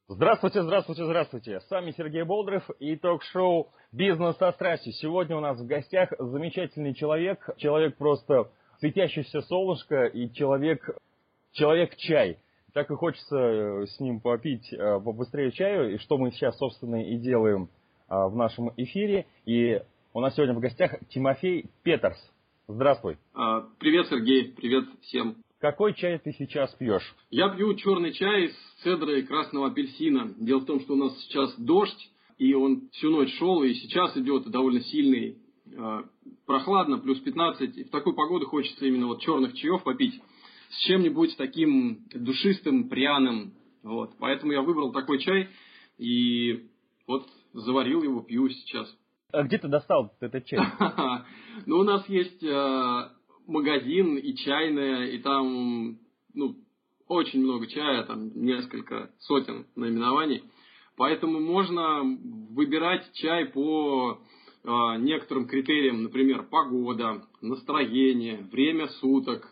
Здравствуйте, здравствуйте, здравствуйте. С вами Сергей Болдырев и ток-шоу «Бизнес со страстью». Сегодня у нас в гостях замечательный человек. Человек просто светящееся солнышко и человек-чай. Так и хочется с ним попить побыстрее чаю, и что мы сейчас, собственно, и делаем в нашем эфире. И у нас сегодня в гостях Тимофей Петерс. Здравствуй. Привет, Сергей. Привет всем. Какой чай ты сейчас пьешь? Я пью черный чай с цедрой красного апельсина. Дело в том, что у нас сейчас дождь, и он всю ночь шел, и сейчас идет довольно сильный. Прохладно, плюс 15. И в такую погоду хочется именно вот черных чаев попить с чем-нибудь таким душистым, пряным. Вот. Поэтому я выбрал такой чай, и вот заварил его, пью сейчас. А где ты достал этот чай? Ну, у нас есть магазин и чайная, и там очень много чая, там несколько сотен наименований. Поэтому можно выбирать чай по некоторым критериям, например, погода, настроение, время суток,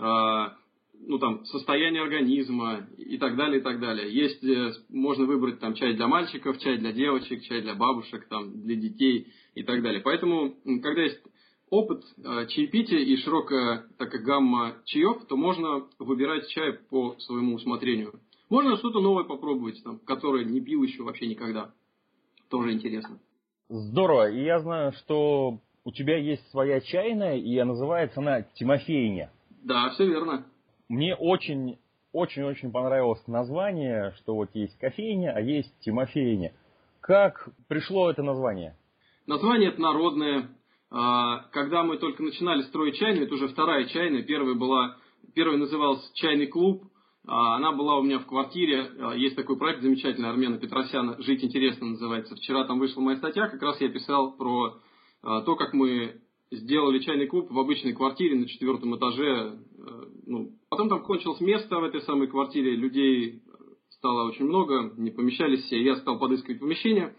состояние организма и так далее, и так далее. Есть, можно выбрать там чай для мальчиков, чай для девочек, чай для бабушек, там, для детей и так далее. Поэтому, когда есть опыт чаепития и широкая такая гамма чаев, то можно выбирать чай по своему усмотрению. Можно что-то новое попробовать, там, которое не пил еще вообще никогда. Тоже интересно. Здорово. И я знаю, что у тебя есть своя чайная, и называется она Тимофейня. Да, все верно. Мне очень понравилось название, что вот есть кофейня, а есть Тимофейня. Как пришло это название? Название это народное. Когда мы только начинали строить чайную, это уже вторая чайная, первая называлась «Чайный клуб», она была у меня в квартире, есть такой проект замечательный Армена Петросяна «Жить интересно» называется. Вчера там вышла моя статья, как раз я писал про то, как мы сделали чайный клуб в обычной квартире на 4-м этаже. Потом там кончилось место в этой самой квартире, людей стало очень много, не помещались все, я стал подыскивать помещение.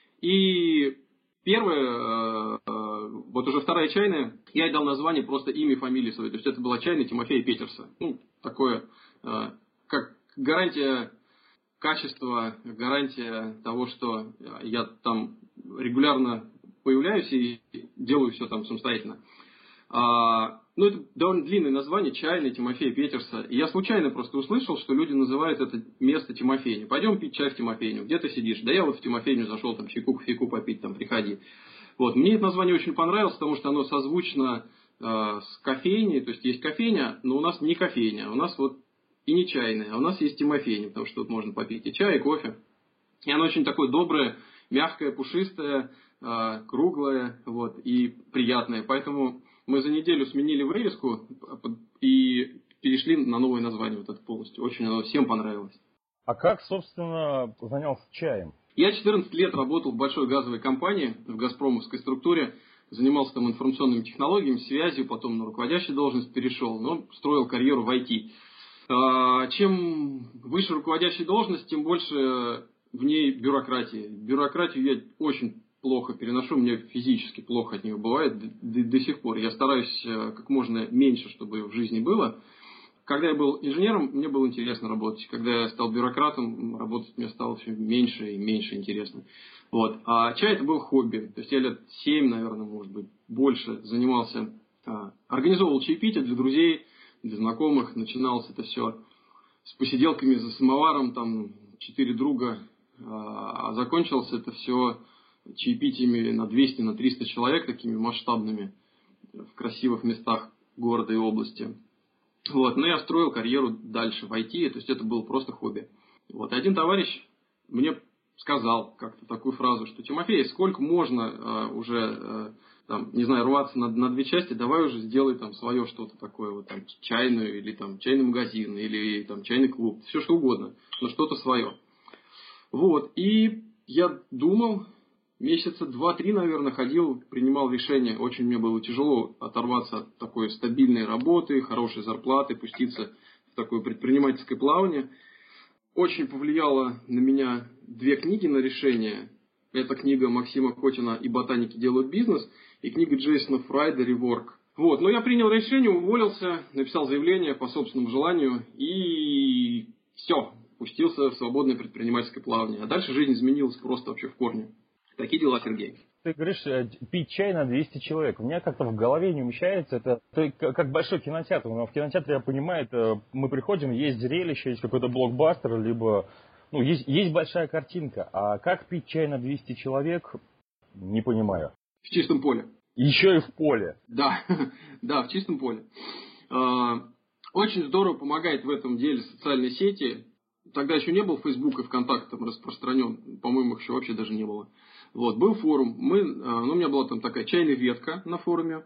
И первая, вот уже вторая чайная, я ей дал название просто имя и фамилии своей. То есть это была чайная Тимофея Петерса. Такое, как гарантия качества, гарантия того, что я там регулярно появляюсь и делаю все там самостоятельно. Это довольно длинное название, чайная Тимофея Петерса. И я случайно просто услышал, что люди называют это место Тимофейню. Пойдем пить чай в Тимофейню. Где ты сидишь? Да я вот в Тимофейню зашел, там чайку, кофейку попить, там приходи. Вот. Мне это название очень понравилось, потому что оно созвучно с кофейней. То есть есть кофейня, но у нас не кофейня. У нас вот и не чайная, а у нас есть Тимофейня, потому что тут можно попить и чай, и кофе. И оно очень такое доброе, мягкое, пушистое, круглое, вот, и приятное. Поэтому мы за неделю сменили вывеску и перешли на новое название вот это полностью. Очень оно всем понравилось. А как, собственно, занялся чаем? Я 14 лет работал в большой газовой компании, в газпромовской структуре. Занимался там информационными технологиями, связью, потом на руководящую должность перешел, но строил карьеру в IT. Чем выше руководящая должность, тем больше в ней бюрократии. Бюрократию я очень плохо переношу, мне физически плохо от нее бывает до сих пор. Я стараюсь как можно меньше, чтобы в жизни было. Когда я был инженером, мне было интересно работать. Когда я стал бюрократом, работать мне стало все меньше и меньше интересно. Вот. А чай это был хобби. То есть я лет 7, наверное, может быть, больше занимался, организовывал чаепитие для друзей, для знакомых. Начиналось это все с посиделками за самоваром, там 4 друга. А закончилось это все чаепитиями на 200, на 300 человек, такими масштабными, в красивых местах города и области. Вот. Но я строил карьеру дальше в IT, то есть это было просто хобби. Вот. И один товарищ мне сказал как-то такую фразу, что Тимофей, сколько можно уже, рваться на две части, давай уже сделай там свое что-то такое, вот там чайную, или там чайный магазин, или там чайный клуб, все что угодно, но что-то свое. Вот. И я думал, месяца 2-3, наверное, ходил, принимал решение. Очень мне было тяжело оторваться от такой стабильной работы, хорошей зарплаты, пуститься в такое предпринимательское плавание. Очень повлияло на меня 2 книги на решение. Это книга Максима Котина «И ботаники делают бизнес», и книга Джейсона Фрайда «Реворк». Вот. Но я принял решение, уволился, написал заявление по собственному желанию, и все. пустился в свободное предпринимательское плавание. А дальше жизнь изменилась просто вообще в корне. Такие дела, Сергей. Ты говоришь, пить чай на 200 человек. У меня как-то в голове не умещается. Это как большой кинотеатр. Но в кинотеатре, я понимаю, мы приходим, есть зрелище, есть какой-то блокбастер, либо есть большая картинка. А как пить чай на 200 человек, не понимаю. В чистом поле. Еще и в поле. Да, да, в чистом поле. Очень здорово помогает в этом деле социальные сети. Тогда еще не был Facebook и ВКонтакте там распространен. По-моему, их еще вообще даже не было. Вот, был форум. У меня была там такая чайная ветка на форуме.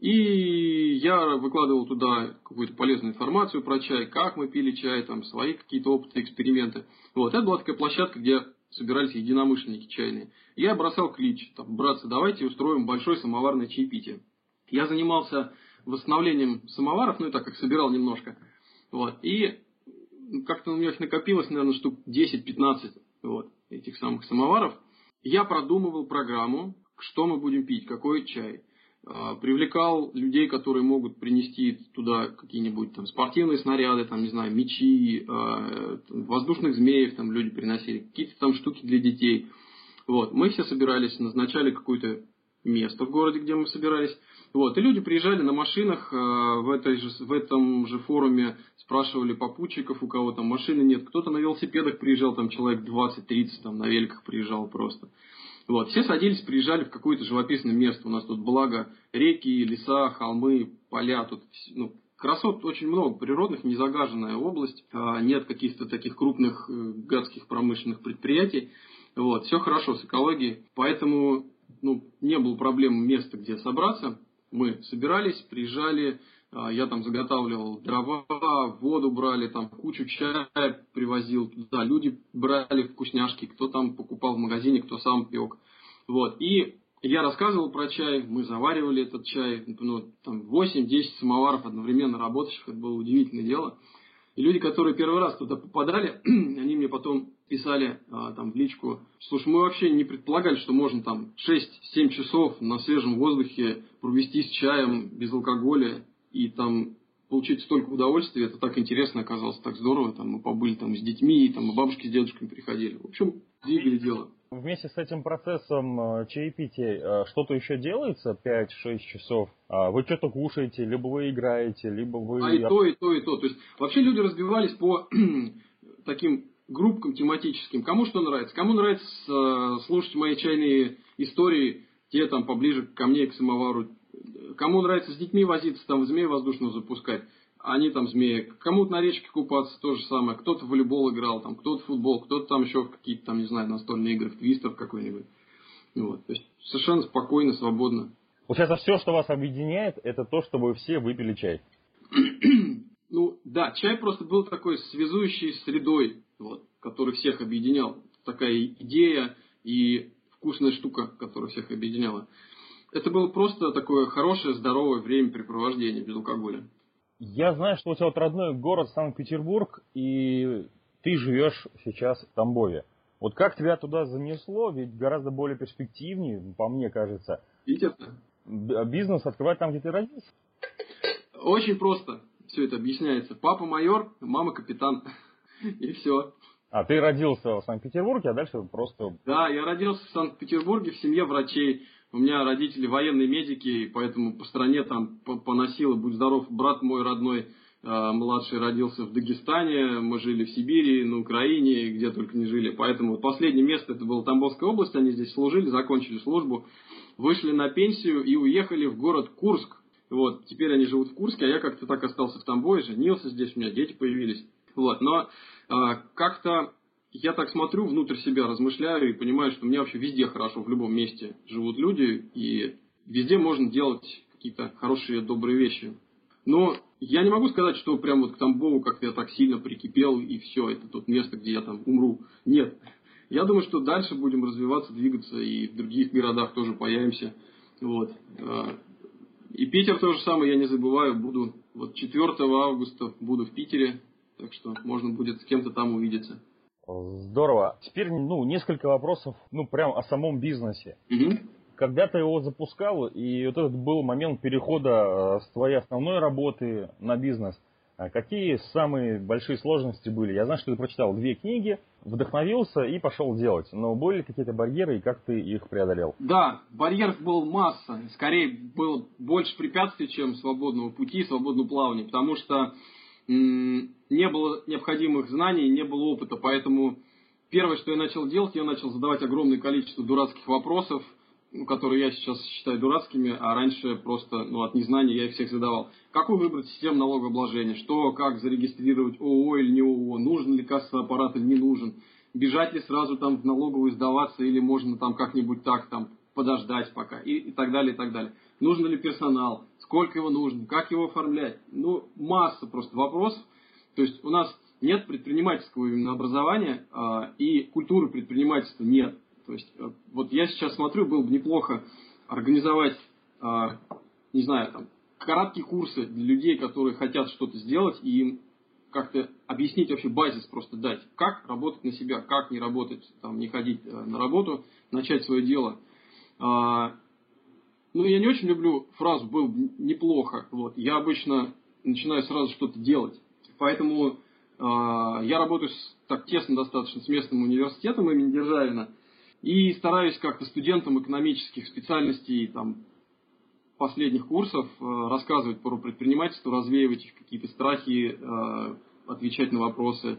И я выкладывал туда какую-то полезную информацию про чай, как мы пили чай, там свои какие-то опыты, эксперименты. Вот, это была такая площадка, где собирались единомышленники чайные. Я бросал клич, там, братцы, давайте устроим большое самоварное чаепитие. Я занимался восстановлением самоваров, и так как собирал немножко. Вот, и как-то у меня их накопилось, наверное, штук 10-15 вот, этих самых самоваров. Я продумывал программу, что мы будем пить, какой чай. Привлекал людей, которые могут принести туда какие-нибудь там спортивные снаряды, там, не знаю, мячи, воздушных змеев там люди приносили, какие-то там штуки для детей. Вот. Мы все собирались, назначали какое-то место в городе, где мы собирались. Вот. И люди приезжали на машинах в этом же форуме, спрашивали попутчиков, у кого там машины нет. Кто-то на велосипедах приезжал, там человек 20-30 там, на великах приезжал просто. Вот. Все садились, приезжали в какое-то живописное место. У нас тут благо реки, леса, холмы, поля. Тут красот очень много природных, незагаженная область. Нет каких-то таких крупных гадских промышленных предприятий. Вот. Все хорошо с экологией. Поэтому не было проблем места, где собраться. Мы собирались, приезжали. Я там заготавливал дрова, воду брали, там кучу чая привозил туда. Люди брали вкусняшки, кто там покупал в магазине, кто сам пек. Вот. И я рассказывал про чай, мы заваривали этот чай. Там 8-10 самоваров одновременно работающих, это было удивительное дело. И люди, которые первый раз туда попадали, они мне потом писали там в личку: слушай, мы вообще не предполагали, что можно там 6-7 часов на свежем воздухе провести с чаем, без алкоголя. И там получить столько удовольствия, это так интересно оказалось, так здорово. Там мы побыли там с детьми, там и бабушки с дедушками приходили. В общем, двигали дело. Вместе с этим процессом чаепития что-то еще делается 5-6 часов? Вы что-то кушаете, либо вы играете, либо вы... И то, и то, и то. То есть вообще люди разбивались по таким группкам тематическим. Кому что нравится. Кому нравится слушать мои чайные истории, те там поближе ко мне, к самовару. Кому нравится с детьми возиться, там змея воздушного запускать, они там змеи. Кому-то на речке купаться, то же самое. Кто-то в волейбол играл, там, кто-то в футбол, кто-то там еще в какие-то там, не знаю, настольные игры, в твистер какой-нибудь. Вот. То есть совершенно спокойно, свободно. Получается, все, что вас объединяет, это то, что вы все выпили чай. Да, чай просто был такой связующей средой, вот, который всех объединял. Такая идея и вкусная штука, которая всех объединяла. Это было просто такое хорошее, здоровое времяпрепровождение без алкоголя. Я знаю, что у тебя вот родной город Санкт-Петербург, и ты живешь сейчас в Тамбове. Вот как тебя туда занесло, ведь гораздо более перспективнее, по мне кажется, бизнес открывать там, где ты родился? Очень просто все это объясняется. Папа майор, мама капитан. И все. А ты родился в Санкт-Петербурге, а дальше просто... Да, я родился в Санкт-Петербурге в семье врачей. У меня родители военные медики, и поэтому по стране там поносило, будь здоров, брат мой родной, младший, родился в Дагестане, мы жили в Сибири, на Украине, где только не жили. Поэтому последнее место это было Тамбовская область, они здесь служили, закончили службу, вышли на пенсию и уехали в город Курск. Вот, теперь они живут в Курске, а я как-то так остался в Тамбове, женился здесь, у меня дети появились. Вот, но как-то... Я так смотрю внутрь себя, размышляю и понимаю, что мне вообще везде хорошо, в любом месте живут люди, и везде можно делать какие-то хорошие, добрые вещи. Но я не могу сказать, что прям вот к Тамбову как-то я так сильно прикипел, и все, это тот место, где я там умру. Нет. Я думаю, что дальше будем развиваться, двигаться, и в других городах тоже появимся. Вот. И Питер то же самое, я не забываю, буду вот 4 августа буду в Питере, так что можно будет с кем-то там увидеться. Здорово. Теперь, несколько вопросов, прям о самом бизнесе. Угу. Когда ты его запускал, и вот этот был момент перехода с твоей основной работы на бизнес, А какие самые большие сложности были? Я знаю, что ты прочитал 2 книги, вдохновился и пошел делать. Но были ли какие-то барьеры, и как ты их преодолел? Да, барьеров было масса. Скорее, было больше препятствий, чем свободного пути, свободного плавания. Потому что не было необходимых знаний, не было опыта. Поэтому первое, что я начал делать, я начал задавать огромное количество дурацких вопросов, которые я сейчас считаю дурацкими, а раньше просто от незнания я их всех задавал. Какую выбрать систему налогообложения? Что, как зарегистрировать ООО или не ООО? Нужен ли кассовый аппарат или не нужен? Бежать ли сразу там в налоговую сдаваться или можно там как-нибудь так там подождать пока? И так далее, и так далее. Нужен ли персонал? Сколько его нужно? Как его оформлять? Масса просто вопросов. То есть у нас нет предпринимательского именно образования и культуры предпринимательства нет. То есть, вот я сейчас смотрю, было бы неплохо организовать, не знаю, там, короткие курсы для людей, которые хотят что-то сделать, и им как-то объяснить вообще базис просто дать, как работать на себя, как не работать, там, не ходить на работу, начать свое дело. Я не очень люблю фразу «было бы неплохо». Вот. Я обычно начинаю сразу что-то делать. Поэтому я работаю так тесно достаточно с местным университетом имени Державина, и стараюсь как-то студентам экономических специальностей, там, последних курсов рассказывать про предпринимательство, развеивать их какие-то страхи, отвечать на вопросы.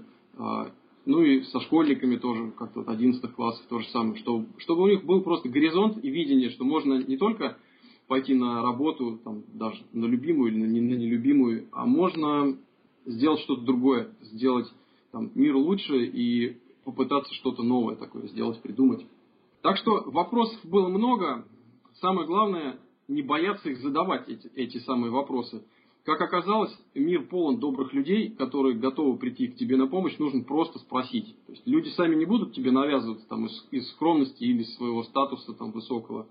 И со школьниками тоже, как-то 11 классов то же самое. Чтобы у них был просто горизонт и видение, что можно не только пойти на работу, там, даже на любимую или на нелюбимую, а можно сделать что-то другое, сделать там, мир лучше и попытаться что-то новое такое сделать, придумать. Так что вопросов было много. Самое главное, не бояться их задавать, эти самые вопросы. Как оказалось, мир полон добрых людей, которые готовы прийти к тебе на помощь, нужно просто спросить. То есть люди сами не будут тебе навязываться там, из скромности или из своего статуса там, высокого.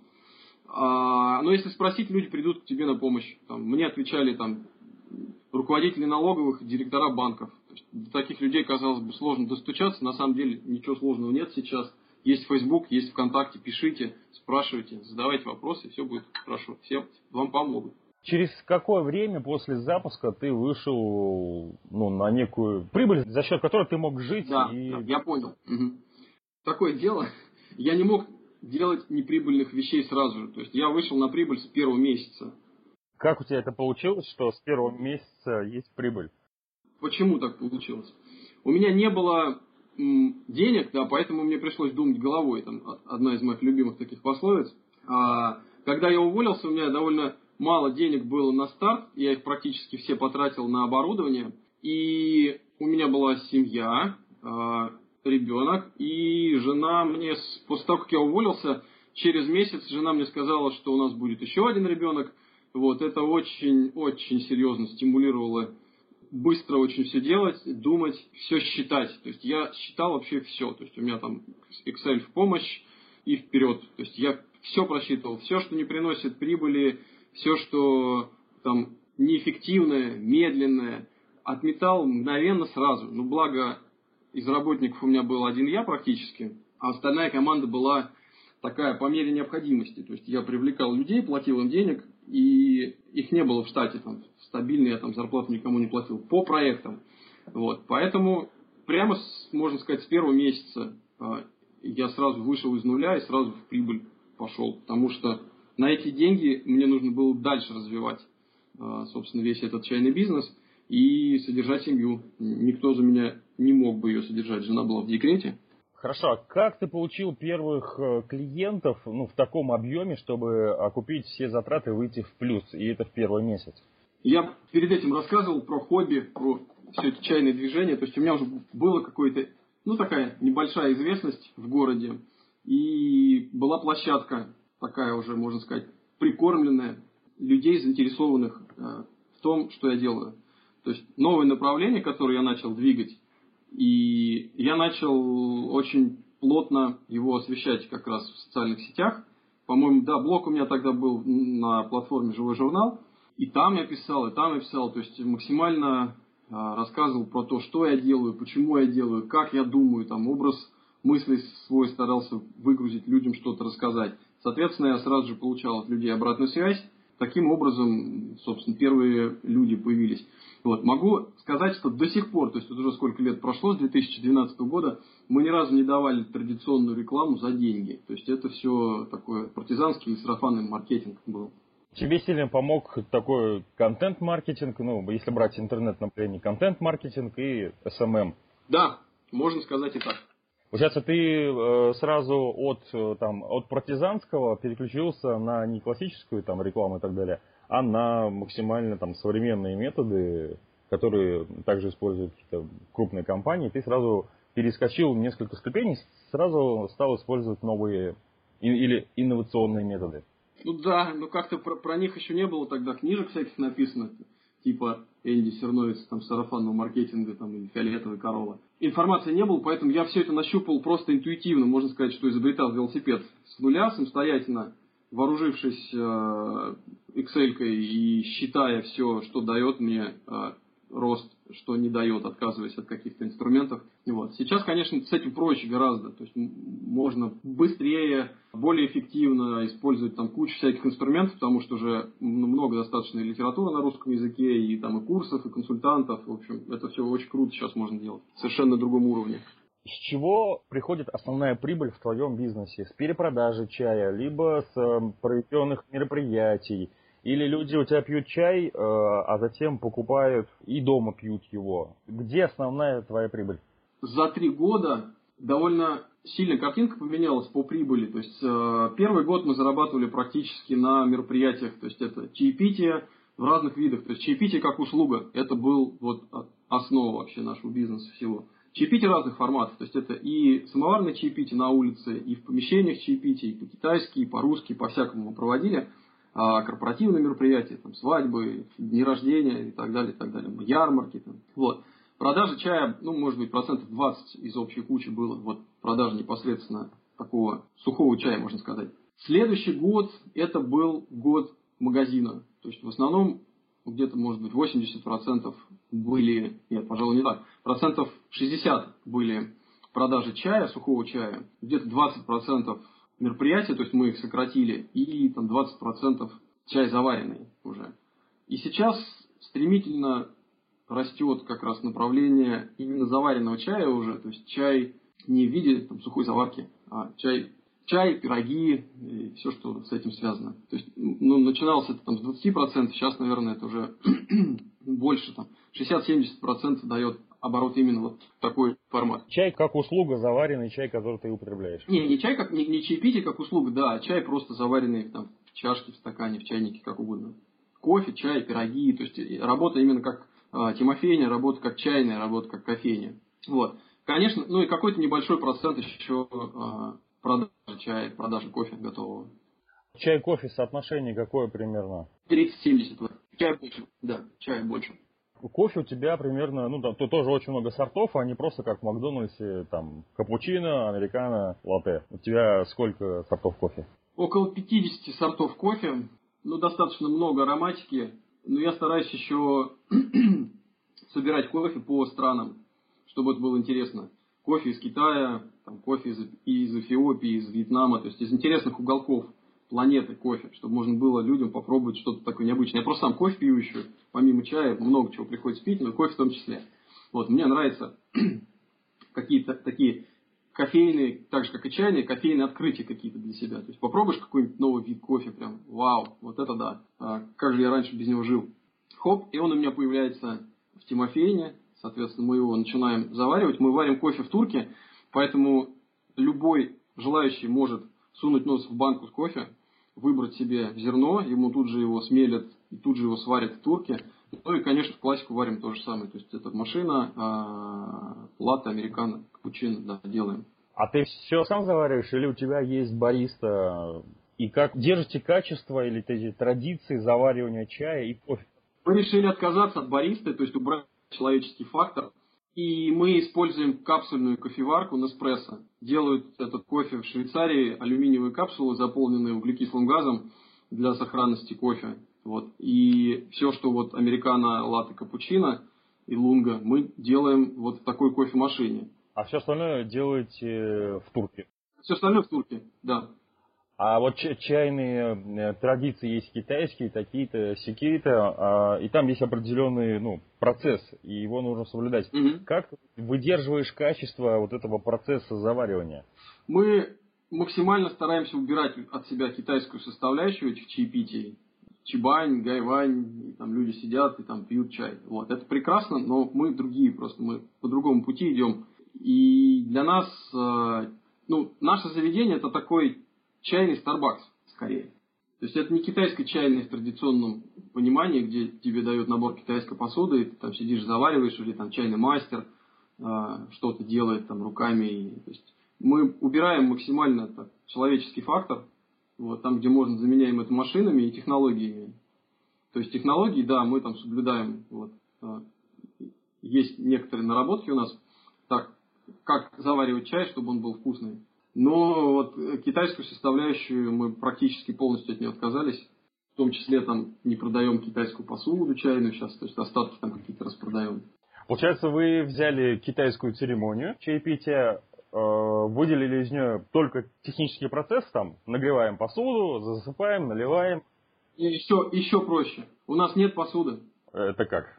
Но если спросить, люди придут к тебе на помощь. Мне отвечали руководители налоговых, директора банков. То есть, до таких людей, казалось бы, сложно достучаться. На самом деле ничего сложного нет сейчас. Есть Facebook, есть ВКонтакте, пишите, спрашивайте, задавайте вопросы, все будет хорошо. Все вам помогут. Через какое время после запуска ты вышел на некую прибыль, за счет которой ты мог жить? Да, я понял. Угу. Такое дело, я не мог делать неприбыльных вещей сразу же. То есть я вышел на прибыль с первого месяца. Как у тебя это получилось, что с первого месяца есть прибыль? Почему так получилось? У меня не было денег, поэтому мне пришлось думать головой. Одна из моих любимых таких пословиц. Когда я уволился, у меня довольно мало денег было на старт. Я их практически все потратил на оборудование. И у меня была семья, ребенок. И жена мне, после того, как я уволился, через месяц жена мне сказала, что у нас будет еще один ребенок. Вот, это очень-очень серьезно стимулировало быстро очень все делать, думать, все считать. То есть я считал вообще все. То есть у меня там Excel в помощь и вперед. То есть я все просчитывал. Все, что не приносит прибыли, все, что там неэффективное, медленное, отметал мгновенно сразу. Благо из работников у меня был один я практически, а остальная команда была такая по мере необходимости. То есть я привлекал людей, платил им денег, и их не было в штате. Стабильно я зарплату никому не платил. По проектам. Вот. Поэтому прямо, можно сказать, с первого месяца я сразу вышел из нуля и сразу в прибыль пошел. Потому что на эти деньги мне нужно было дальше развивать, собственно, весь этот чайный бизнес и содержать семью. Никто за меня не мог бы ее содержать. Жена была в декрете. Хорошо, а как ты получил первых клиентов в таком объеме, чтобы окупить все затраты и выйти в плюс, и это в первый месяц? Я перед этим рассказывал про хобби, про все это чайное движение. То есть у меня уже было какое-то, такая небольшая известность в городе. И была площадка такая уже, можно сказать, прикормленная, людей, заинтересованных в том, что я делаю. То есть новое направление, которое я начал двигать. И я начал очень плотно его освещать как раз в социальных сетях. По-моему, блог у меня тогда был на платформе «Живой журнал». И там я писал, и там я писал. То есть максимально рассказывал про то, что я делаю, почему я делаю, как я думаю. Образ мыслей свой старался выгрузить людям, что-то рассказать. Соответственно, я сразу же получал от людей обратную связь. таким образом, собственно, первые люди появились. Вот. Могу сказать, что до сих пор, то есть уже сколько лет прошло, с 2012 года, мы ни разу не давали традиционную рекламу за деньги. То есть это все такой партизанский и сарафанный маркетинг был. Тебе сильно помог такой контент-маркетинг, ну, если брать интернет направление, контент-маркетинг и SMM. Да, можно сказать и так. Получается, ты сразу от партизанского переключился на не классическую там, рекламу и так далее, а на максимально там, современные методы, которые также используют какие-то крупные компании. Ты сразу перескочил несколько ступеней, сразу стал использовать новые или инновационные методы. Ну да, но как-то про них еще не было тогда книжек всяких написано, типа Энди Серновиц, там, сарафанного маркетинга, там, или фиолетовая корова. Информации не было, поэтому я все это нащупал просто интуитивно, можно сказать, что изобретал велосипед с нуля, самостоятельно, вооружившись Excel-кой и считая все, что дает мне рост, что не дает, отказываясь от каких-то инструментов. Вот. Сейчас, конечно, с этим проще гораздо. То есть можно быстрее, более эффективно использовать там кучу всяких инструментов, потому что уже много достаточно литературы на русском языке, и там и курсов, и консультантов. В общем, это все очень круто сейчас можно делать. Совершенно на другом уровне. С чего приходит основная прибыль в твоем бизнесе? С перепродажи чая, либо с проведенных мероприятий? Или люди у тебя пьют чай, а затем покупают и дома пьют его? Где основная твоя прибыль? За 3 года довольно сильно картинка поменялась по прибыли. То есть первый год мы зарабатывали практически на мероприятиях. То есть это чаепитие в разных видах. То есть чаепитие как услуга. Это был вот основа вообще нашего бизнеса всего. Чаепитие разных форматов. То есть это и самоварное чаепитие на улице, и в помещениях чаепитие, и по-китайски, и по-русски, по-всякому мы проводили. Корпоративные мероприятия, там, свадьбы, дни рождения и так далее, ярмарки. Там. Вот. Продажа чая, может быть, 20% из общей кучи было. Вот продажа непосредственно такого сухого чая, можно сказать. Следующий год, это был год магазина. То есть, в основном, где-то, может быть, 80% были, нет, пожалуй, не так, 60% были продажи чая, сухого чая. Где-то 20% мероприятия, то есть мы их сократили, и там 20% чай заваренный уже. И сейчас стремительно растет как раз направление именно заваренного чая уже, то есть чай не в виде там, сухой заварки, а чай, пироги и все, что с этим связано. То есть, начиналось это там с 20%, сейчас, наверное, это уже больше, там, 60-70% дает оборот именно вот такой формат. Чай как услуга, заваренный чай, который ты употребляешь. Не чай как, не чаепитие как услуга, да, а чай просто заваренный там, в чашке, в стакане, в чайнике, как угодно. Кофе, чай, пироги, то есть работа именно как Тимофейня, работа как чайная, работа как кофейня. Вот. Конечно, и какой-то небольшой процент еще продажи чая, продажи кофе готового. Чай-кофе соотношение какое примерно? 30-70. Чай больше, да, чай больше. Кофе у тебя примерно, тут тоже очень много сортов, а не просто как в Макдональдсе, там, капучино, американо, латте. У тебя сколько сортов кофе? Около 50 сортов кофе, достаточно много ароматики, но я стараюсь еще собирать кофе по странам, чтобы это было интересно. Кофе из Китая, там, кофе из Эфиопии, из Вьетнама, то есть из интересных уголков планеты кофе, чтобы можно было людям попробовать что-то такое необычное. Я просто сам кофе пью еще, помимо чая, много чего приходится пить, но кофе в том числе. Вот, мне нравятся какие-то такие кофейные, так же как и чайные, кофейные открытия какие-то для себя. То есть попробуешь какой-нибудь новый вид кофе, прям вау, вот это да. Как же я раньше без него жил. Хоп, и он у меня появляется в Тимофеине. Соответственно, мы его начинаем заваривать. Мы варим кофе в турке, поэтому любой желающий может сунуть нос в банку с кофе, выбрать себе зерно, ему тут же его смелят и тут же его сварят в турке. Ну и, конечно, в классику варим то же самое. То есть это машина, латте, американо, капучино, да, делаем. А ты все сам завариваешь или у тебя есть бариста? И как держите качество или эти традиции заваривания чая и кофе? Мы решили отказаться от баристы, то есть убрать человеческий фактор. И мы используем капсульную кофеварку Nespresso. Делают этот кофе в Швейцарии, алюминиевые капсулы, заполненные углекислым газом для сохранности кофе. Вот. И все, что вот американо, латте, капучино и лунга, мы делаем вот в такой кофемашине. А все остальное делаете в турке? Все остальное в турке, да. А вот чайные традиции есть китайские, такие-то, сякие-то, и там есть определенный процесс, и его нужно соблюдать. Мгм. Как выдерживаешь качество вот этого процесса заваривания? Мы максимально стараемся убирать от себя китайскую составляющую этих чаепитий. Чибань, гайвань, и там люди сидят и там пьют чай. Вот. Это прекрасно, но мы другие просто, мы по другому пути идем. И для нас, наше заведение это такой чайный Starbucks, скорее. То есть это не китайская чайная в традиционном понимании, где тебе дают набор китайской посуды, и ты там сидишь, завариваешь, или там чайный мастер что-то делает там руками. То есть мы убираем максимально так, человеческий фактор, вот, там, где можно, заменяем это машинами и технологиями. То есть технологии, да, мы там соблюдаем. Вот, есть некоторые наработки у нас, так, как заваривать чай, чтобы он был вкусный. Но вот китайскую составляющую мы практически полностью от нее отказались. В том числе там не продаем китайскую посуду чайную сейчас, то есть остатки там какие-то распродаем. Получается, вы взяли китайскую церемонию чаепития, выделили из нее только технический процесс, там, нагреваем посуду, засыпаем, наливаем. И еще проще. У нас нет посуды. Это как?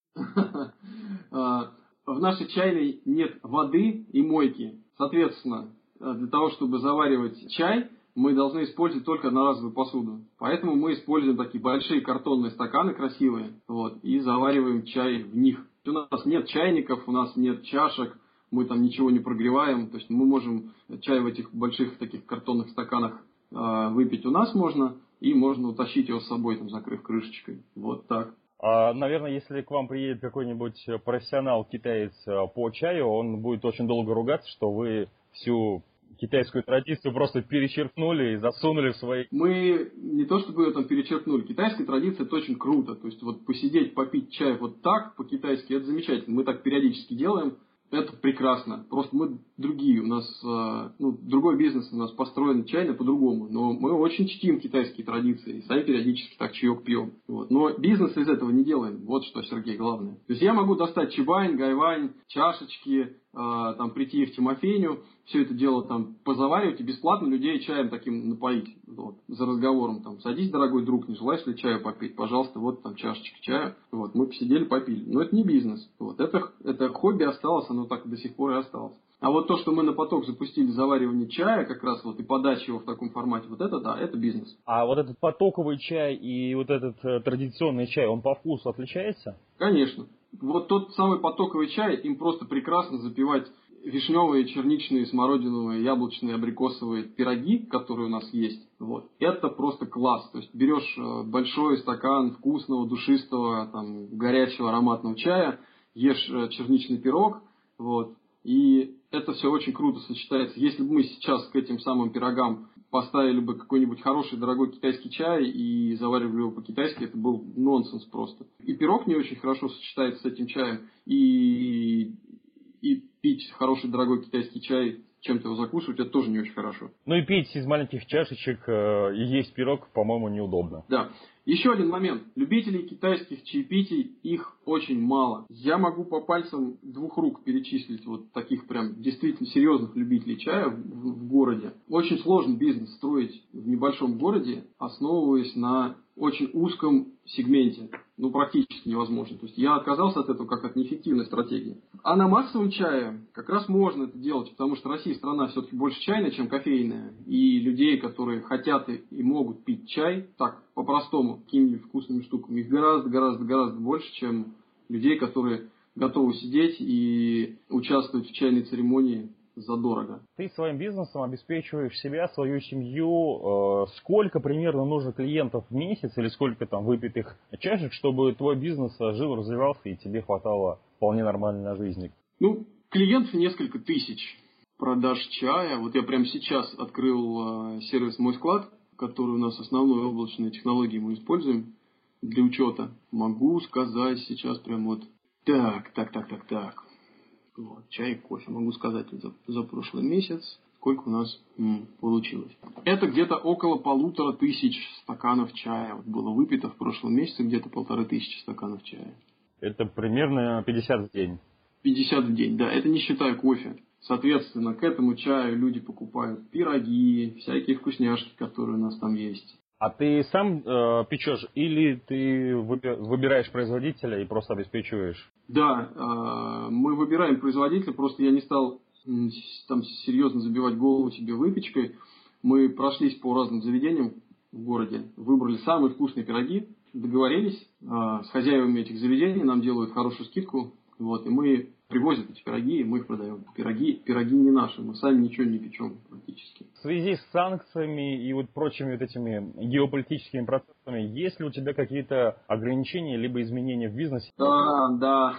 В нашей чайной нет воды и мойки. Соответственно, для того, чтобы заваривать чай, мы должны использовать только одноразовую посуду. Поэтому мы используем такие большие картонные стаканы красивые, вот, и завариваем чай в них. У нас нет чайников, у нас нет чашек, мы там ничего не прогреваем. То есть мы можем чай в этих больших таких картонных стаканах выпить у нас можно, и можно утащить его с собой, там, закрыв крышечкой. Вот так. Наверное, если к вам приедет какой-нибудь профессионал-китаец по чаю, он будет очень долго ругаться, что вы всю китайскую традицию просто перечеркнули и засунули в свои... Мы не то чтобы ее там перечеркнули. Китайская традиция это очень круто. То есть вот посидеть, попить чай вот так по-китайски, это замечательно. Мы так периодически делаем. Это прекрасно. Просто мы другие. У нас другой бизнес у нас построен чайно по-другому. Но мы очень чтим китайские традиции. И сами периодически так чаек пьем. Вот. Но бизнес из этого не делаем. Вот что, Сергей, главное. То есть я могу достать чибань, гайвань, чашечки, там прийти в Тимофейню, все это дело там позаваривать и бесплатно людей чаем таким напоить. Вот, за разговором там, садись, дорогой друг, не желаешь ли чаю попить? Пожалуйста, вот там чашечка чая. Вот, мы посидели, попили. Но это не бизнес. Вот, это хобби осталось, оно так до сих пор и осталось. А вот то, что мы на поток запустили заваривание чая, как раз вот и подача его в таком формате, вот это да, это бизнес. А вот этот потоковый чай и вот этот традиционный чай, он по вкусу отличается? Конечно. Вот тот самый потоковый чай, им просто прекрасно запивать вишневые, черничные, смородиновые, яблочные, абрикосовые пироги, которые у нас есть. Вот. Это просто класс. То есть берешь большой стакан вкусного, душистого, там, горячего ароматного чая, ешь черничный пирог, вот, и это все очень круто сочетается. Если бы мы сейчас к этим самым пирогам поставили бы какой-нибудь хороший, дорогой китайский чай и заваривали его по-китайски, это был нонсенс просто. И пирог не очень хорошо сочетается с этим чаем, и пить хороший, дорогой китайский чай, чем-то его закусывать, это тоже не очень хорошо. Ну и пить из маленьких чашечек и есть пирог, по-моему, неудобно. Да. Еще один момент. Любителей китайских чаепитий, их очень мало. Я могу по пальцам двух рук перечислить вот таких прям действительно серьезных любителей чая в городе. Очень сложный бизнес строить в небольшом городе, основываясь на очень узком сегменте. Ну, практически невозможно. То есть я отказался от этого как от неэффективной стратегии. А на массовом чае как раз можно это делать, потому что Россия страна все-таки больше чайная, чем кофейная. И людей, которые хотят и могут пить чай, так, по-простому, какими-нибудь вкусными штуками, их гораздо больше, чем людей, которые готовы сидеть и участвовать в чайной церемонии задорого. Ты своим бизнесом обеспечиваешь себя, свою семью. Сколько примерно нужно клиентов в месяц или сколько там выпитых чашек, чтобы твой бизнес жил, развивался и тебе хватало вполне нормально на жизнь? Ну, клиентов несколько тысяч продаж чая. Вот я прямо сейчас открыл сервис «Мой склад», который у нас основной облачные технологии мы используем для учета. Могу сказать сейчас прям вот так. Вот, чай и кофе. Могу сказать за прошлый месяц, сколько у нас получилось. Это где-то около 1500 стаканов чая. Вот было выпито в прошлом месяце где-то 1500 стаканов чая. Это примерно 50 в день. 50 в день, да. Это не считая кофе. Соответственно, к этому чаю люди покупают пироги, всякие вкусняшки, которые у нас там есть. А ты сам печешь или ты выбираешь производителя и просто обеспечиваешь? Да, мы выбираем производителя, просто я не стал там серьезно забивать голову себе выпечкой. Мы прошлись по разным заведениям в городе, выбрали самые вкусные пироги, договорились с хозяевами этих заведений, нам делают хорошую скидку, вот, и мы привозят эти пироги, и мы их продаем. Пироги не наши, мы сами ничего не печем практически. В связи с санкциями и вот прочими вот этими геополитическими процессами, есть ли у тебя какие-то ограничения либо изменения в бизнесе? Да.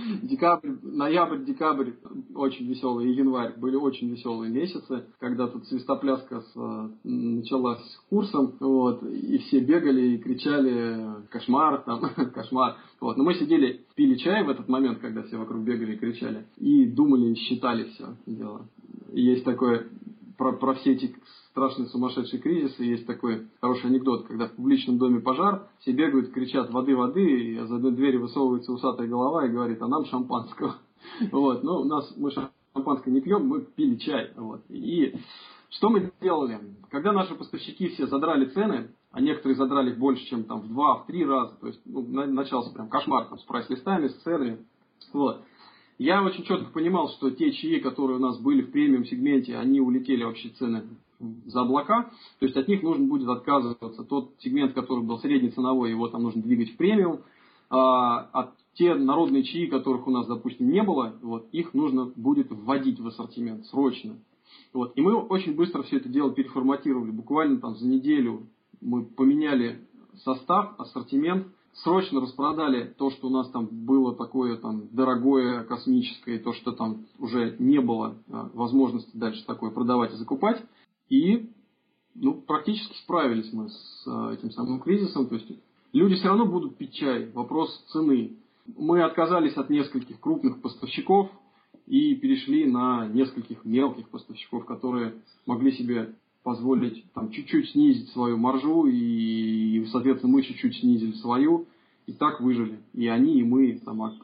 Ноябрь, декабрь очень веселые, и январь были очень веселые месяцы, когда тут свистопляска началась с курсом, вот, и все бегали и кричали кошмар, там, кошмар. Вот. Но мы сидели, пили чай в этот момент, когда все вокруг бегали и кричали, и думали, и считали все дело. И есть такое, про все эти страшные сумасшедшие кризисы, есть такой хороший анекдот, когда в публичном доме пожар, все бегают, кричат воды, воды, и из одной двери высовывается усатая голова и говорит, а нам шампанского. Вот. Но мы шампанское не пьем, мы пили чай. Вот. И что мы делали? Когда наши поставщики все задрали цены, а некоторые задрали их больше, чем там, в 2-3 раза, то есть начался прям кошмар там, с прайс-листами, с ценами. Вот. Я очень четко понимал, что те чаи, которые у нас были в премиум-сегменте, они улетели вообще цены за облака. То есть от них нужно будет отказываться. Тот сегмент, который был среднеценовой, его там нужно двигать в премиум. А те народные чаи, которых у нас, допустим, не было, вот, их нужно будет вводить в ассортимент срочно. Вот. И мы очень быстро все это дело переформатировали. Буквально там за неделю мы поменяли состав, ассортимент. Срочно распродали то, что у нас там было такое там дорогое, космическое, то, что там уже не было возможности дальше такое продавать и закупать. И практически справились мы с этим самым кризисом. То есть люди все равно будут пить чай. Вопрос цены. Мы отказались от нескольких крупных поставщиков и перешли на нескольких мелких поставщиков, которые могли себе позволить там чуть-чуть снизить свою маржу, и соответственно, мы чуть-чуть снизили свою, и так выжили. И они, и мы.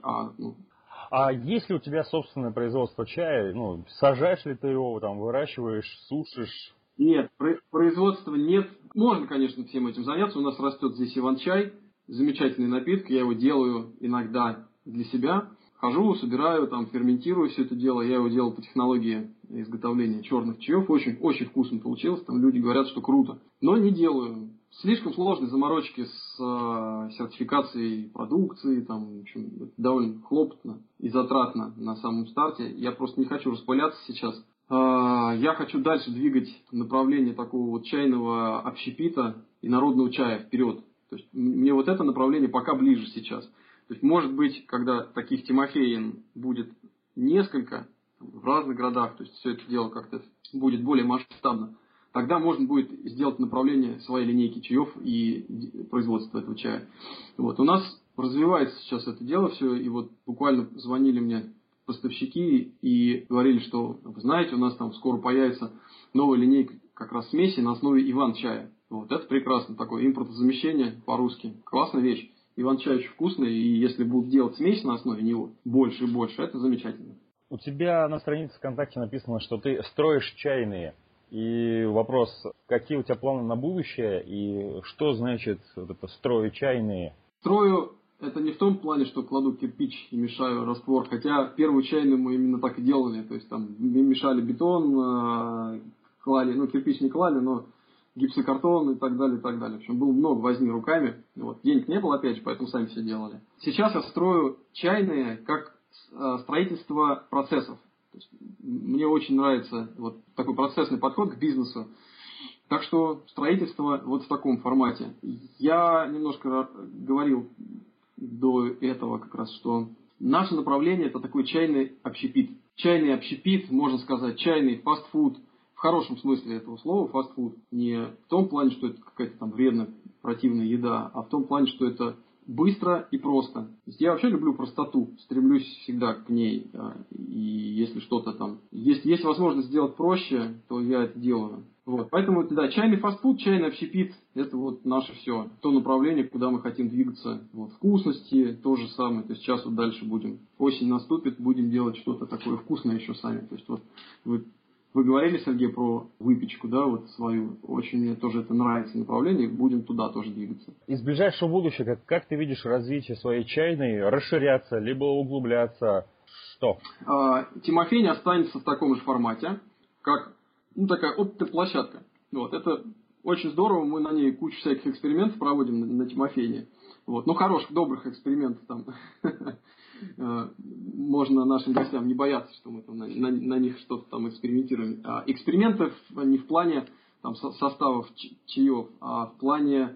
А есть ли у тебя собственное производство чая? Сажаешь ли ты его, там, выращиваешь, сушишь? Нет, производства нет. Можно, конечно, всем этим заняться. У нас растет здесь иван-чай, замечательный напиток. Я его делаю иногда для себя. Хожу, собираю, там, ферментирую все это дело. Я его делал по технологии изготовления черных чаев. Очень, очень вкусно получилось. Там люди говорят, что круто. Но не делаю. Слишком сложные заморочки с сертификацией продукции. Там, в общем, это довольно хлопотно и затратно на самом старте. Я просто не хочу распыляться сейчас. Я хочу дальше двигать направление такого вот чайного общепита и народного чая вперед. То есть мне вот это направление пока ближе сейчас. То есть, может быть, когда таких Тимофеин будет несколько в разных городах, то есть все это дело как-то будет более масштабно, тогда можно будет сделать направление своей линейки чаев и производства этого чая. Вот. У нас развивается сейчас это дело все, и вот буквально звонили мне поставщики и говорили, что, вы знаете, у нас там скоро появится новая линейка как раз смеси на основе иван-чая. Вот. Это прекрасно, такое импортозамещение по-русски. Классная вещь. Иван-чай очень вкусный, и если будут делать смесь на основе него больше и больше, это замечательно. У тебя на странице ВКонтакте написано, что ты строишь чайные. И вопрос, какие у тебя планы на будущее, и что значит вот это «строю чайные»? Строю это не в том плане, что кладу кирпич и мешаю раствор, хотя первую чайную мы именно так и делали. То есть там мешали бетон, клали, кирпич не клали, но гипсокартон и так далее, и так далее. В общем, было много возни руками. Вот. Денег не было, опять же, поэтому сами все делали. Сейчас я строю чайные как строительство процессов. То есть, мне очень нравится вот такой процессный подход к бизнесу. Так что строительство вот в таком формате. Я немножко говорил до этого как раз, что наше направление это такой чайный общепит. Чайный общепит, можно сказать, чайный фастфуд. В хорошем смысле этого слова фастфуд. Не в том плане, что это какая-то там вредная, противная еда, а в том плане, что это быстро и просто. То есть я вообще люблю простоту, стремлюсь всегда к ней. И если что-то там... Есть возможность сделать проще, то я это делаю. Вот. Поэтому, да, чайный фастфуд, чайный общепит – это вот наше все. То направление, куда мы хотим двигаться. Вот. Вкусности – то же самое. То есть сейчас вот дальше будем. Осень наступит, будем делать что-то такое вкусное еще сами. То есть вот вы говорили, Сергей, про выпечку, да, вот свою. Очень мне тоже это нравится направление. Будем туда тоже двигаться. Из ближайшего будущего, как ты видишь развитие своей чайной, расширяться, либо углубляться? Что? Тимофей останется в таком же формате, как такая опытная площадка. Вот, это очень здорово, мы на ней кучу всяких экспериментов проводим на Тимофене. Вот, хороших, добрых экспериментов там. Можно нашим гостям не бояться, что мы там на них что-то там экспериментируем. Экспериментов не в плане там, составов чаев, а в плане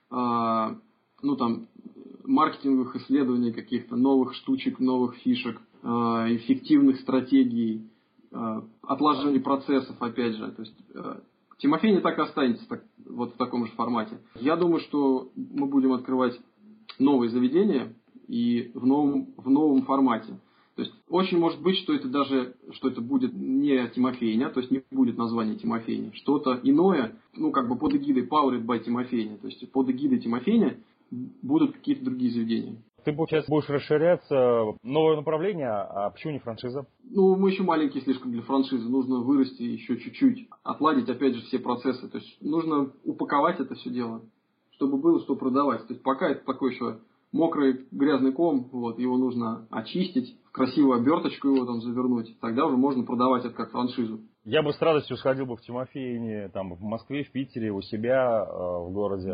маркетинговых исследований каких-то, новых штучек, новых фишек, эффективных стратегий, отложение процессов, опять же. То есть Тимофей не так и останется вот в таком же формате. Я думаю, что мы будем открывать новые заведения и в новом формате. То есть очень может быть, что это будет не Тимофейня, то есть не будет названия Тимофейня, что-то иное, под эгидой Powered by Тимофейня. То есть под эгидой Тимофейня будут какие-то другие заведения. Ты, получается, будешь расширяться, новое направление, а почему не франшиза? Мы еще маленькие слишком для франшизы, нужно вырасти еще чуть-чуть, отладить, опять же, все процессы. То есть нужно упаковать это все дело, чтобы было что продавать. То есть пока это такой еще мокрый грязный ком, вот, его нужно очистить, в красивую оберточку его там завернуть, тогда уже можно продавать это как франшизу. Я бы с радостью сходил бы в Тимофеине, там, в Москве, в Питере, у себя в городе.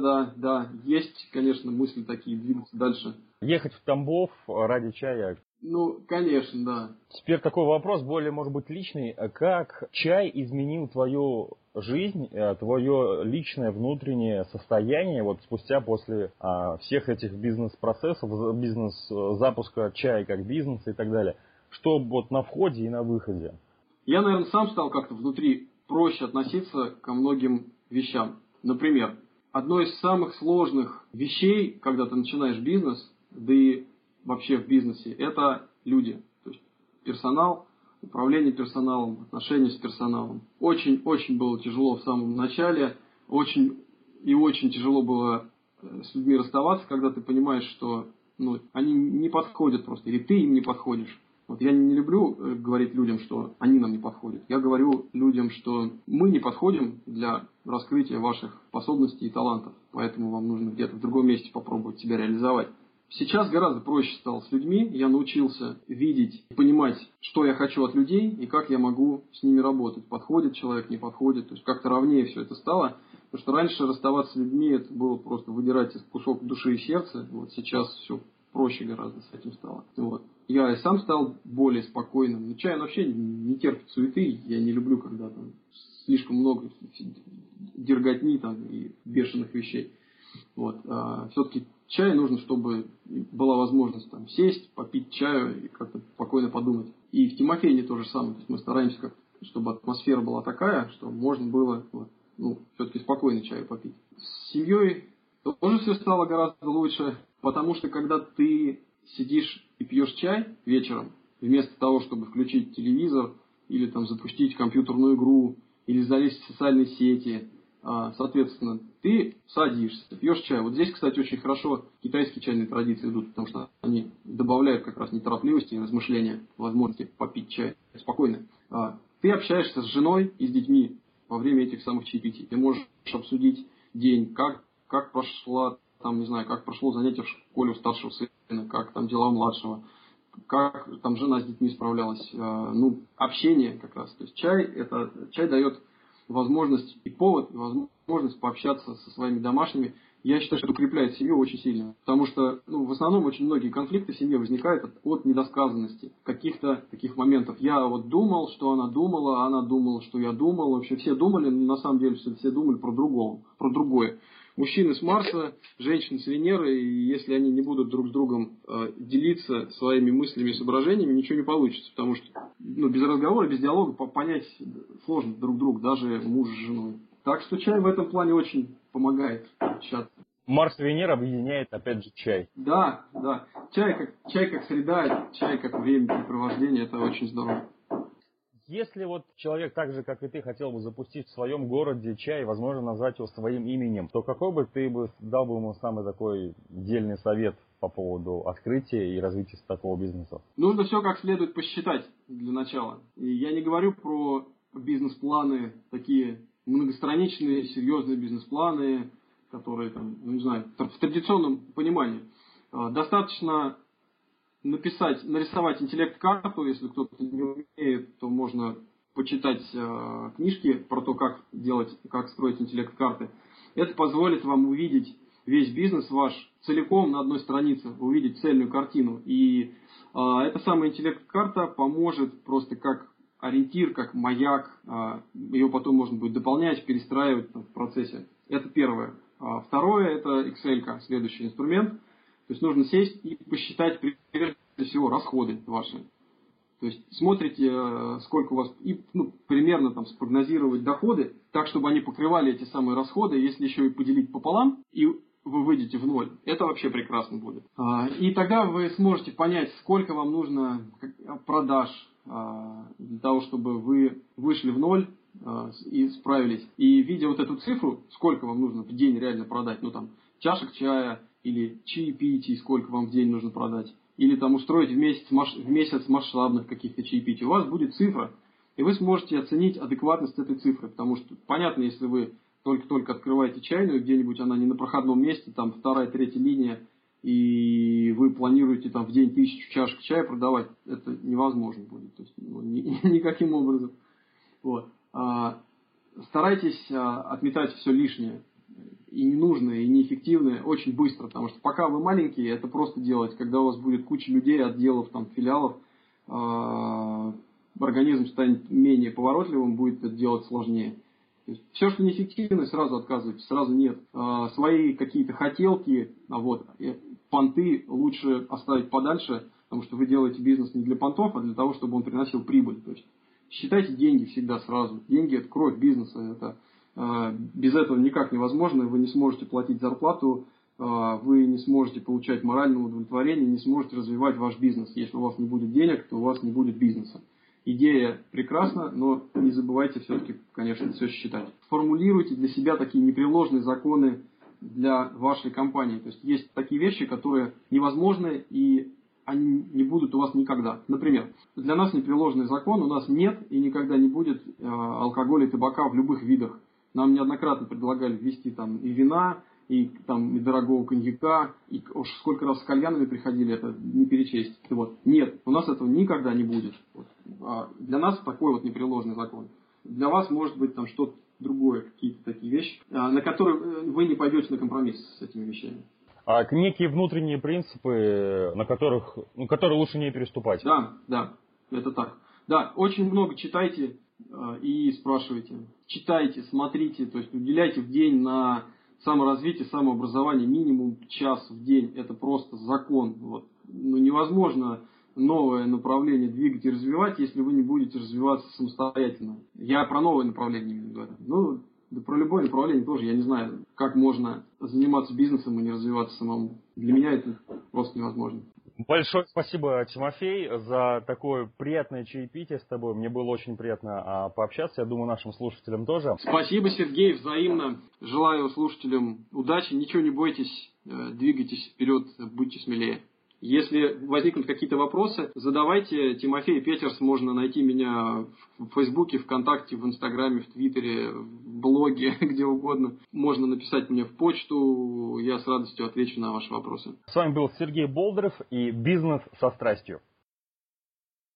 Да. Есть, конечно, мысли такие, двигаться дальше. Ехать в Тамбов ради чая. Конечно, да. Теперь такой вопрос, более, может быть, личный. Как чай изменил твою жизнь, твое личное внутреннее состояние, вот спустя после всех этих бизнес-процессов, бизнес-запуска чая как бизнеса и так далее? Что вот на входе и на выходе? Я, наверное, сам стал как-то внутри проще относиться ко многим вещам. Например, одно из самых сложных вещей, когда ты начинаешь бизнес, да и вообще в бизнесе, это люди. То есть персонал, управление персоналом, отношения с персоналом. Очень было тяжело в самом начале. Очень тяжело было с людьми расставаться, когда ты понимаешь, что они не подходят просто, или ты им не подходишь. Вот я не люблю говорить людям, что они нам не подходят. Я говорю людям, что мы не подходим для раскрытия ваших способностей и талантов. Поэтому вам нужно где-то в другом месте попробовать себя реализовать. Сейчас гораздо проще стало с людьми. Я научился видеть, понимать, что я хочу от людей и как я могу с ними работать. Подходит человек, не подходит. То есть как-то ровнее все это стало. Потому что раньше расставаться с людьми это было просто выдирать кусок души и сердца. Вот сейчас все проще гораздо с этим стало. Вот. Я и сам стал более спокойным. Чай он вообще не терпит суеты. Я не люблю, когда там слишком много дерготни там, и бешеных вещей. Вот. Все-таки чай нужно, чтобы была возможность там сесть, попить чаю и как-то спокойно подумать. И в Тимофеине то же самое. То есть мы стараемся, чтобы атмосфера была такая, что можно было все-таки спокойно чаю попить. С семьей тоже все стало гораздо лучше, потому что когда ты сидишь и пьешь чай вечером, вместо того, чтобы включить телевизор или там запустить компьютерную игру или залезть в социальные сети, соответственно, ты садишься, пьешь чай. Вот здесь, кстати, очень хорошо китайские чайные традиции идут, потому что они добавляют как раз неторопливости и размышления, возможности попить чай спокойно. Ты общаешься с женой и с детьми во время этих самых чаепитий. Ты можешь обсудить день, как прошло занятие в школе у старшего сына, как там дела у младшего, как там жена с детьми справлялась. Общение как раз. То есть чай дает возможность и повод, и возможность пообщаться со своими домашними. Я считаю, что это укрепляет семью очень сильно. Потому что в основном очень многие конфликты в семье возникают от недосказанности. Каких-то таких моментов. Я вот думал, что она думала, что я думал. Вообще все думали, но на самом деле все думали про другое. Мужчины с Марса, женщины с Венеры, и если они не будут друг с другом делиться своими мыслями и соображениями, ничего не получится. Потому что без разговора, без диалога понять сложно друг друга, даже муж с женой. Так что чай в этом плане очень помогает общаться. Марс и Венера объединяет, опять же, чай. Да, да. Чай как среда, чай как времяпрепровождение, это очень здорово. Если вот человек так же, как и ты, хотел бы запустить в своем городе чай, возможно, назвать его своим именем, то какой бы ты дал бы ему самый такой дельный совет по поводу открытия и развития такого бизнеса? Нужно все как следует посчитать для начала. И я не говорю про бизнес-планы, такие многостраничные, серьезные бизнес-планы, которые, там, ну, не знаю, в традиционном понимании. Достаточно нарисовать интеллект-карту, если кто-то не умеет, то можно почитать книжки про то, как строить интеллект-карты. Это позволит вам увидеть весь бизнес ваш целиком на одной странице, увидеть цельную картину. И эта самая интеллект-карта поможет просто как ориентир, как маяк. Ее потом можно будет дополнять, перестраивать в процессе. Это первое. Второе, это Excel, следующий инструмент. То есть нужно сесть и посчитать прежде всего расходы ваши. То есть смотрите, сколько у вас, и примерно там спрогнозировать доходы, так, чтобы они покрывали эти самые расходы. Если еще и поделить пополам, и вы выйдете в ноль, это вообще прекрасно будет. И тогда вы сможете понять, сколько вам нужно продаж для того, чтобы вы вышли в ноль и справились. И видя вот эту цифру, сколько вам нужно в день реально продать, чашек чая, или чаепитий, сколько вам в день нужно продать, или там устроить в месяц масштабных каких-то чаепитий, у вас будет цифра, и вы сможете оценить адекватность этой цифры, потому что, понятно, если вы только-только открываете чайную, где-нибудь она не на проходном месте, там 2-3 линия, и вы планируете там в день 1000 чашек чая продавать, это невозможно будет, то есть, никаким образом. Вот. Старайтесь отметать все лишнее и ненужное, и неэффективное очень быстро, потому что пока вы маленькие, это просто делать. Когда у вас будет куча людей, отделов, там, филиалов, организм станет менее поворотливым, будет это делать сложнее. То есть, все, что неэффективно, сразу отказывайте, сразу нет. Свои какие-то хотелки, понты лучше оставить подальше, потому что вы делаете бизнес не для понтов, а для того, чтобы он приносил прибыль. То есть, считайте деньги всегда сразу. Деньги – это кровь бизнеса, это без этого никак невозможно, вы не сможете платить зарплату, вы не сможете получать моральное удовлетворение, не сможете развивать ваш бизнес. Если у вас не будет денег, то у вас не будет бизнеса. Идея прекрасна, но не забывайте все-таки, конечно, все считать. Формулируйте для себя такие непреложные законы для вашей компании. То есть есть такие вещи, которые невозможны и они не будут у вас никогда. Например, для нас непреложный закон, у нас нет и никогда не будет алкоголя и табака в любых видах. Нам неоднократно предлагали ввести там и вина, и дорогого коньяка, и уж сколько раз с кальянами приходили, это не перечесть. Нет, у нас этого никогда не будет. Для нас такой непреложный закон. Для вас может быть там что-то другое, какие-то такие вещи, на которые вы не пойдете на компромисс с этими вещами. А некие внутренние принципы, которые лучше не переступать. Да, это так. Да, очень много читайте и спрашивайте. Читайте, смотрите, то есть уделяйте в день на саморазвитие, самообразование минимум час в день. Это просто закон. Невозможно новое направление двигать и развивать, если вы не будете развиваться самостоятельно. Я про новое направление именно говорю. Да про любое направление тоже. Я не знаю, как можно заниматься бизнесом и не развиваться самому. Для меня это просто невозможно. Большое спасибо, Тимофей, за такое приятное чаепитие с тобой. Мне было очень приятно пообщаться. Я думаю, нашим слушателям тоже. Спасибо, Сергей, взаимно. Желаю слушателям удачи. Ничего не бойтесь, двигайтесь вперед, будьте смелее. Если возникнут какие-то вопросы, задавайте. Тимофей Петерс, можно найти меня в Фейсбуке, ВКонтакте, в Инстаграме, в Твиттере, в блоге, где угодно. Можно написать мне в почту, я с радостью отвечу на ваши вопросы. С вами был Сергей Болдырев и «Бизнес со страстью».